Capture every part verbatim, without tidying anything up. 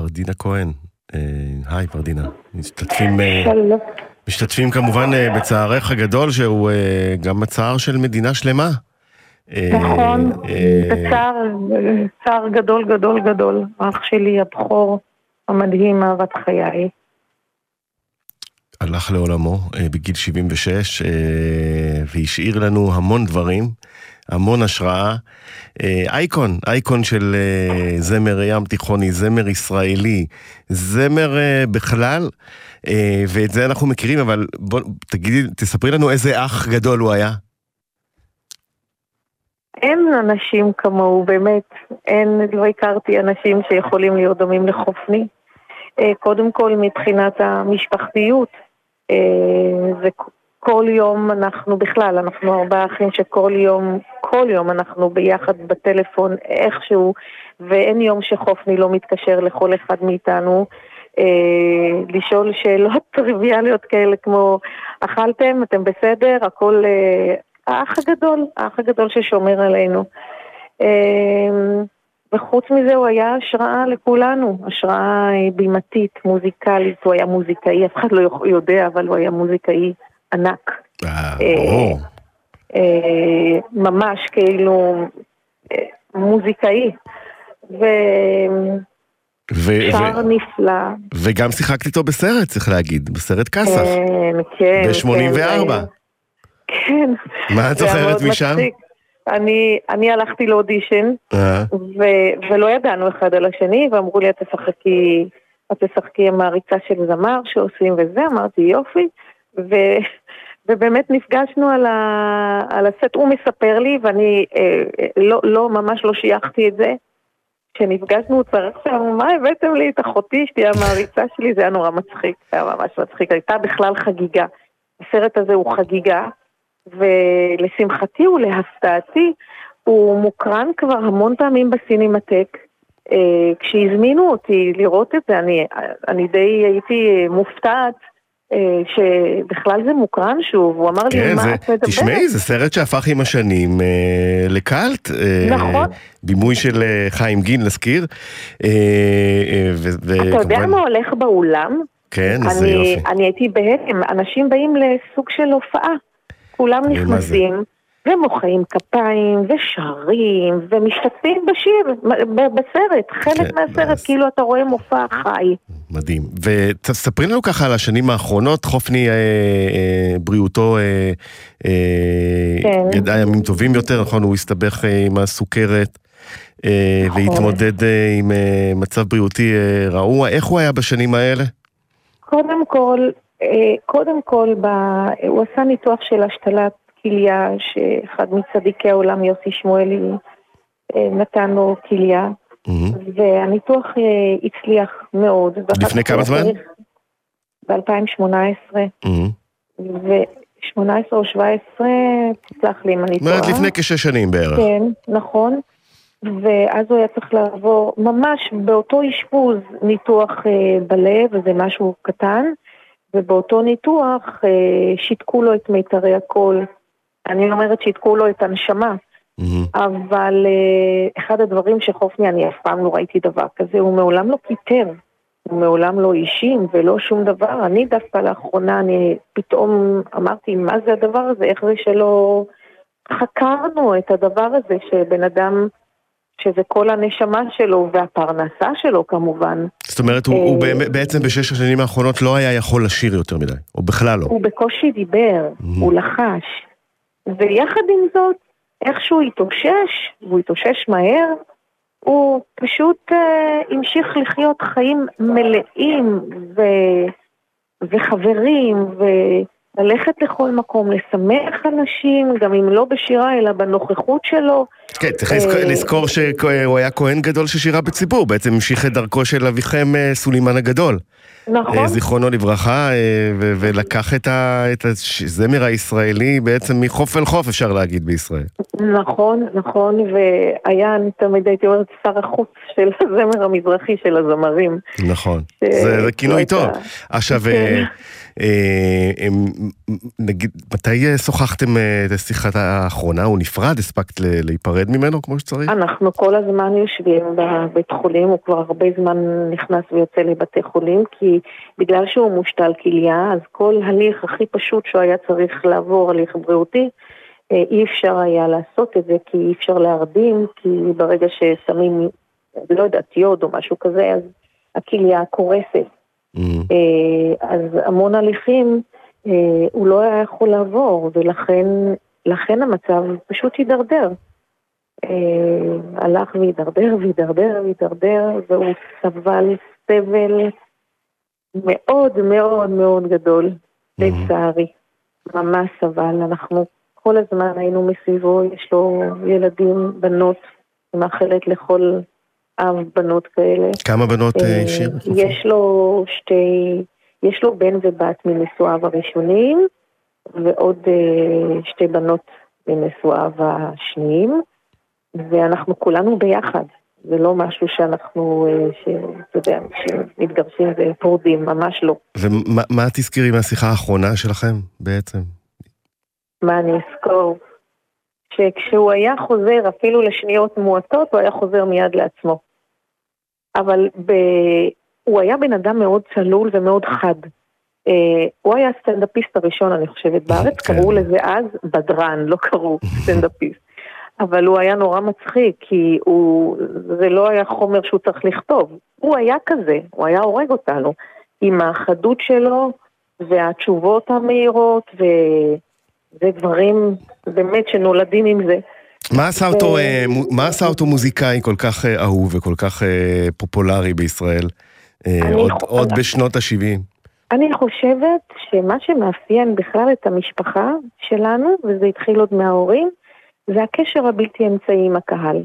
ורדינה כהן. היי ורדינה, משתתפים, שלום. משתתפים כמובן בצערך הגדול, שהוא גם הצער של מדינה שלמה. נכון, זה צער, צער גדול גדול גדול. אח שלי הבכור המדהים, אהבת חיי. הלך לעולמו בגיל שבעים ושש, והשאיר לנו המון דברים, המון השראה. אייקון, אייקון של זמר ים תיכוני, זמר ישראלי, זמר בכלל, ואת זה אנחנו מכירים, אבל בוא, תגידי, תספרי לנו איזה אח גדול הוא היה. אין אנשים כמוהו, באמת, אין, לא הכרתי אנשים שיכולים להיות דומים לחופני. קודם כל מבחינת המשפחתיות, וכל יום אנחנו בכלל, אנחנו ארבעה אחים שכל יום, כל יום אנחנו ביחד בטלפון איכשהו, ואין יום שחופני לא מתקשר לכל אחד מאיתנו, לשאול שאלות טריוויאליות כאלה כמו, אכלתם, אתם בסדר, הכל, האח הגדול, האח הגדול ששומר עלינו. וחוץ מזה הוא היה השראה לכולנו, השראה בימתית, מוזיקלית, הוא היה מוזיקאי, אף אחד לא יודע, אבל הוא היה מוזיקאי ענק. ממש כאילו מוזיקאי, ושר נפלא. וגם שיחקת איתו בסרט, צריך להגיד, בסרט קסח. כן, כן. ב-שמונים וארבע. כן. מה את זוכרת משם? אני, אני הלכתי לאודישן, ו- ולא ידענו אחד על השני, ואמרו לי, את תשחקי, את תשחקי עם העריצה של זמר שעושים וזה, אמרתי יופי, ו- ובאמת נפגשנו על, ה- על הסט, הוא מספר לי, ואני אה, לא, לא, ממש לא שייכתי את זה, כשנפגשנו הוא צריך שם, מה הבאתם לי את אחותי, שתהיה המעריצה שלי, זה היה נורא מצחיק, זה היה ממש מצחיק, הייתה בכלל חגיגה, הסרט הזה הוא חגיגה, ולשמחתי ולהפתעתי הוא מוקרן כבר המון פעמים בסינמטק. כשהזמינו אותי לראות את זה, אני, אני די הייתי מופתעת שבכלל זה מוקרן שוב. הוא אמר לי, מה את מדברת? תשמעי, זה סרט שהפך עם השנים לקלט. נכון. בימוי של חיים גין, נזכיר. אתה יודע מה הולך באולם? כן, זה יופי. אני הייתי בהלם, אנשים באים לסוג של הופעה. כולם נכנסים ומוחאים כפיים ושרים ומשתתפים בשיר, בסרט, חלק מהסרט, כאילו אתה רואה מופע חי. מדהים. ותספרי לנו ככה על השנים האחרונות, חופני בריאותו ידע ימים טובים יותר, נכון, הוא הסתבך עם הסוכרת והתמודד עם מצב בריאותי רעוע. איך הוא היה בשנים האלה? קודם כל, קודם כל, הוא עשה ניתוח של השתלת כליה, שאחד מצדיקי העולם יוסי שמואלי נתן לו כליה, והניתוח הצליח מאוד. לפני כמה זמן? ב-אלפיים שמונה עשרה, ו-שמונה עשרה או שבע עשרה, תצלח לי אם אני טועה. אומרת לפני כשש שנים בערך. כן, נכון. ואז הוא היה צריך לעבור ממש באותו אשפוז ניתוח בלב, וזה משהו קטן, ובאותו ניתוח שיתקו לו את מיתרי הקול. אני אומרת שיתקו לו את הנשמה, אבל אחד הדברים שחופני, אני אף פעם לא ראיתי דבר כזה, הוא מעולם לא פיטר, הוא מעולם לא אישים ולא שום דבר. אני דווקא לאחרונה, אני פתאום אמרתי, מה זה הדבר הזה? איך זה שלא חקרנו את הדבר הזה, שבן אדם, שזה כל הנשמה שלו והפרנסה שלו כמובן. זאת אומרת, הוא בעצם בשש השנים האחרונות לא היה יכול לשיר יותר מדי, או בכלל לא. הוא בקושי דיבר, הוא לחש. ויחד עם זאת, איכשהו התאושש, והוא התאושש מהר, הוא פשוט המשיך לחיות חיים מלאים וחברים וללכת לכל מקום, לשמח אנשים, גם אם לא בשירה אלא בנוכחות שלו. כן, צריך לזכור שהוא היה כהן גדול ששירה בציבור, בעצם המשיך את דרכו של אביכם סולימן הגדול. נכון. זיכרונו לברכה, ולקח את הזמר הישראלי בעצם מחוף אל חוף, אפשר להגיד, בישראל. נכון, נכון, והיה, אני תמיד הייתי אומרת, שר החוץ של הזמר המזרחי של הזמרים. נכון, זה כינוי טוב. עכשיו, נגיד, מתי שוחחתם את השיחת האחרונה? הוא נפרד? הספקת להיפרד ממנו כמו שצריך? אנחנו כל הזמן יושבים בבית חולים, הוא כבר הרבה זמן נכנס ויוצא לבתי חולים, כי בגלל שהוא מושתל כליה, אז כל הליך הכי פשוט שהוא היה צריך לעבור, הליך בריאותי, אי אפשר היה לעשות את זה, כי אי אפשר להרדים, כי ברגע ששמים, לא יודעת, יוד או משהו כזה, אז הכליה קורסת. Mm-hmm. אז המון הליכים הוא לא היה יכול לעבור, ולכן לכן המצב פשוט הידרדר. הלך והידרדר והידרדר והידרדר, והוא סבל סבל מאוד מאוד מאוד גדול, לצערי. ממש סבל. אנחנו כל הזמן היינו מסביבו, יש לו ילדים, בנות, מאחלת לכל אב בנות כאלה. כמה בנות השאיר? יש לו שתי, יש לו בן ובת מנשואיו הראשונים, ועוד שתי בנות מנשואיו השניים, ואנחנו כולנו ביחד. זה לא משהו שאנחנו, שאתה יודע, שמתגרשים ופורדים, ממש לא. ומה תזכירי מהשיחה האחרונה שלכם בעצם? מה אני אזכור? שכשהוא היה חוזר אפילו לשניות מועטות, הוא היה חוזר מיד לעצמו. אבל ב... הוא היה בן אדם מאוד צלול ומאוד חד. אה, הוא היה סטנדאפיסט הראשון, אני חושבת, בארץ. כן. קראו לזה אז בדרן, לא קראו סטנדאפיסט. אבל הוא היה נורא מצחיק, כי הוא... זה לא היה חומר שהוא צריך לכתוב. הוא היה כזה, הוא היה הורג אותנו. עם החדות שלו, והתשובות המהירות, ו... זה דברים באמת שנולדים עם זה. מה עשה אותו, מה עשה אותו מוזיקאי כל כך אהוב וכל כך פופולרי בישראל, עוד, עוד בשנות ה-שבעים? אני חושבת שמה שמאפיין בכלל את המשפחה שלנו, וזה התחיל עוד מההורים, זה הקשר הבלתי אמצעי עם הקהל.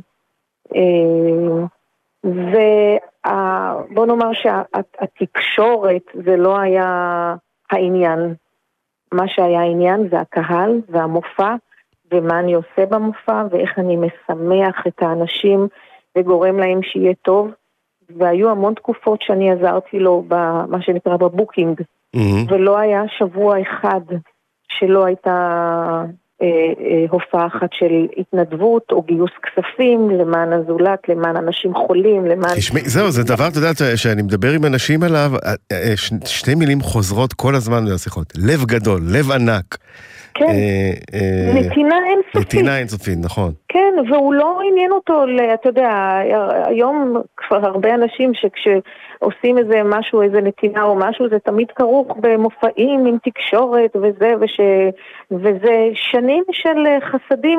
ובוא נאמר שהתקשורת זה לא היה העניין. מה שהיה העניין זה הקהל והמופע, ומה אני עושה במופע, ואיך אני משמח את האנשים וגורם להם שיהיה טוב. והיו המון תקופות שאני עזרתי לו במה שנקרא בבוקינג, mm-hmm. ולא היה שבוע אחד שלא הייתה אה, אה, הופעה אחת של התנדבות או גיוס כספים למען הזולת, למען אנשים חולים, למען... תשמע, זהו, זה דבר, אתה יודע, שאני מדבר עם אנשים עליו, ש, שתי מילים חוזרות כל הזמן לשיחות. לב גדול, לב ענק. כן, אה, אה, נתינה אינסופית. נתינה אינסופית, נכון. כן, והוא לא עניין אותו, אתה יודע, היום כבר הרבה אנשים שכשעושים איזה משהו, איזה נתינה או משהו, זה תמיד כרוך במופעים עם תקשורת וזה, וש, וזה שנים של חסדים.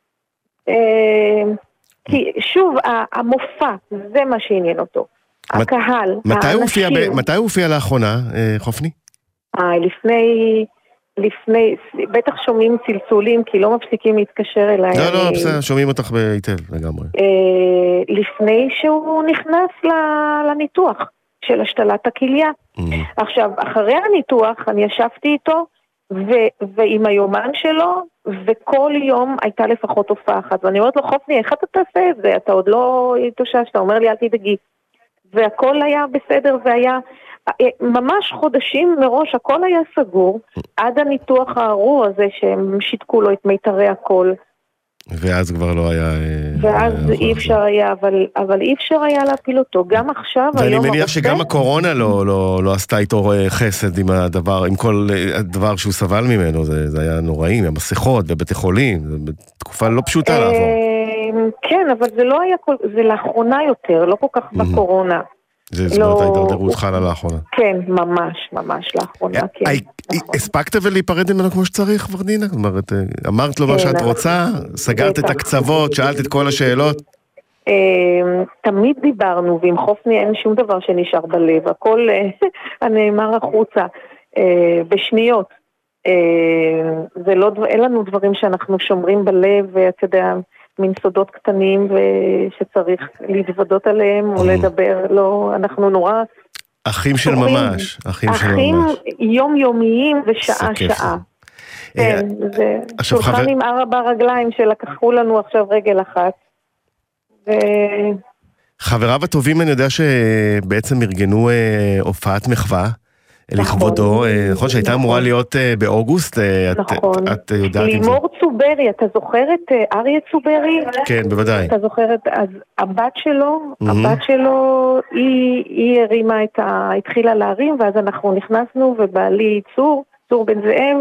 אה, כי שוב, המופע, זה מה שעניין אותו. הקהל, מתי האנשים. הוא מתי הוא הופיע לאחרונה, חופני? אה, לפני... לפני, בטח שומעים צלצולים, כי לא מפסיקים להתקשר אליי. לא, לא, בסדר, שומעים אותך היטב לגמרי. לפני שהוא נכנס לניתוח של השתלת הכליה. עכשיו, אחרי הניתוח, אני ישבתי איתו, ועם היומן שלו, וכל יום הייתה לפחות הופעה אחת. ואני אומרת לו, חופני, איך אתה תעשה את זה? אתה עוד לא התאושש, אתה אומר לי, אל תדאגי. והכל היה בסדר, והיה... ממש חודשים מראש הכל היה סגור, עד הניתוח הארור הזה שהם שיתקו לו את מיתרי הכל. ואז כבר לא היה... ואז אי אפשר היה, אבל, אבל אי אפשר היה להפיל אותו. גם עכשיו, ואני מניח שגם הקורונה לא, לא, לא עשתה איתו חסד עם הדבר, עם כל הדבר שהוא סבל ממנו. זה, זה היה נוראים, המסכות ובתי חולים, זה תקופה לא פשוטה לעבור. כן, אבל זה לא היה, זה לאחרונה יותר, לא כל כך בקורונה. זה זמן ההידרדרות חלה לאחרונה. כן, ממש, ממש לאחרונה, כן. הספקת ולהיפרד ממנו כמו שצריך, ורדינה? אמרת לו מה שאת רוצה, סגרת את הקצוות, שאלת את כל השאלות? תמיד דיברנו, ועם חופני אין שום דבר שנשאר בלב, הכל הנאמר החוצה, בשניות. אין לנו דברים שאנחנו שומרים בלב, ואתה יודע... מין סודות קטנים שצריך להתוודות עליהם או לדבר, לא, אנחנו נורא... אחים של ממש, אחים של ממש. אחים יומיומיים ושעה שעה. כן, זה שולחן עם ארבע רגליים שלקחו לנו עכשיו רגל אחת. חבריו הטובים אני יודע שבעצם ארגנו הופעת מחווה לכבודו, נכון שהייתה אמורה להיות באוגוסט, נכון. את יודעת אם זה... לימור צוברי, אתה זוכר את אריה צוברי? כן, בוודאי. אתה זוכר את... אז הבת שלו, הבת שלו, היא הרימה את ה... התחילה להרים, ואז אנחנו נכנסנו, ובעלי צור, צור בן זאב,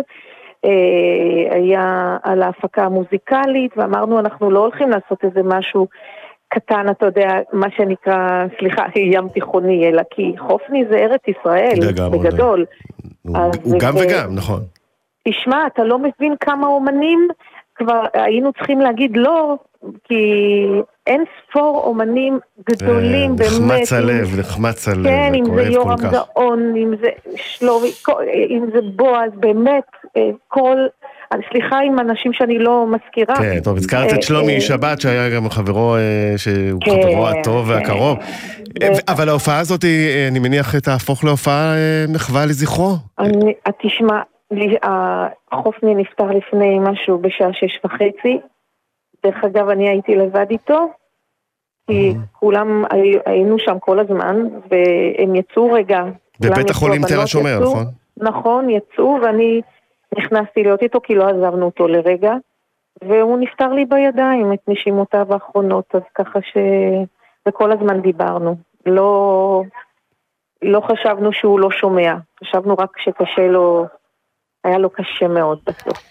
היה על ההפקה המוזיקלית, ואמרנו, אנחנו לא הולכים לעשות איזה משהו קטן, אתה יודע, מה שנקרא, סליחה, ים תיכוני, אלא כי חופני זה ארץ ישראל, בגדול. הוא גם וגם, נכון. תשמע, אתה לא מבין כמה אומנים, כבר היינו צריכים להגיד לא, כי אין ספור אומנים גדולים, באמת. נחמץ הלב, נחמץ הלב. כן, אם זה יורם גאון, אם זה שלומי, אם זה בועז, באמת, כל... סליחה עם אנשים שאני לא מזכירה. כן, טוב, הזכרת את שלומי שבת, שהיה גם חברו, שהוא חברו הטוב והקרוב. אבל ההופעה הזאת, אני מניח, תהפוך להופעה מחווה לזכרו. תשמע, חופני נפטר לפני משהו בשעה שש וחצי. דרך אגב, אני הייתי לבד איתו, כי כולם היינו שם כל הזמן, והם יצאו רגע. בבית החולים תל השומר, נכון? נכון, יצאו, ואני... נכנסתי להיות איתו כי לא עזבנו אותו לרגע, והוא נפטר לי בידיים את נשימותיו האחרונות, אז ככה ש... וכל הזמן דיברנו. לא, לא חשבנו שהוא לא שומע, חשבנו רק שקשה לו, היה לו קשה מאוד בסוף.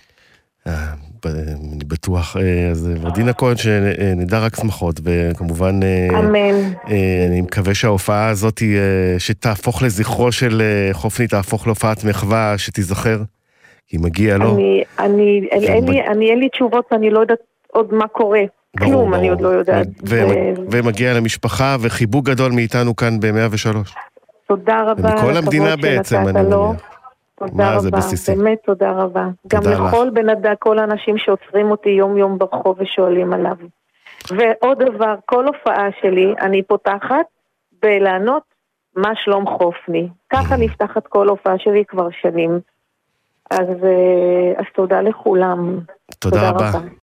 אני בטוח, אז ודינה כהן שנדע רק שמחות, וכמובן אמן. אני מקווה שההופעה הזאת שתהפוך לזכרו של חופני, תהפוך להופעת מחווה שתיזכר. כי מגיע לו. אני, אני, אין לי, אני אין לי תשובות, ואני לא יודעת עוד מה קורה. כלום, אני עוד לא יודעת. ומגיע למשפחה, וחיבוק גדול מאיתנו כאן ב-מאה ושלוש. תודה רבה. ומכל המדינה בעצם, אני מניח. תודה רבה, באמת תודה רבה. גם לכל בן אדם, כל האנשים שעוצרים אותי יום יום ברחוב ושואלים עליו. ועוד דבר, כל הופעה שלי, אני פותחת בלענות מה שלום חופני. ככה נפתחת כל הופעה שלי כבר שנים. אז, אז תודה לכולם. תודה, תודה רבה. רבה.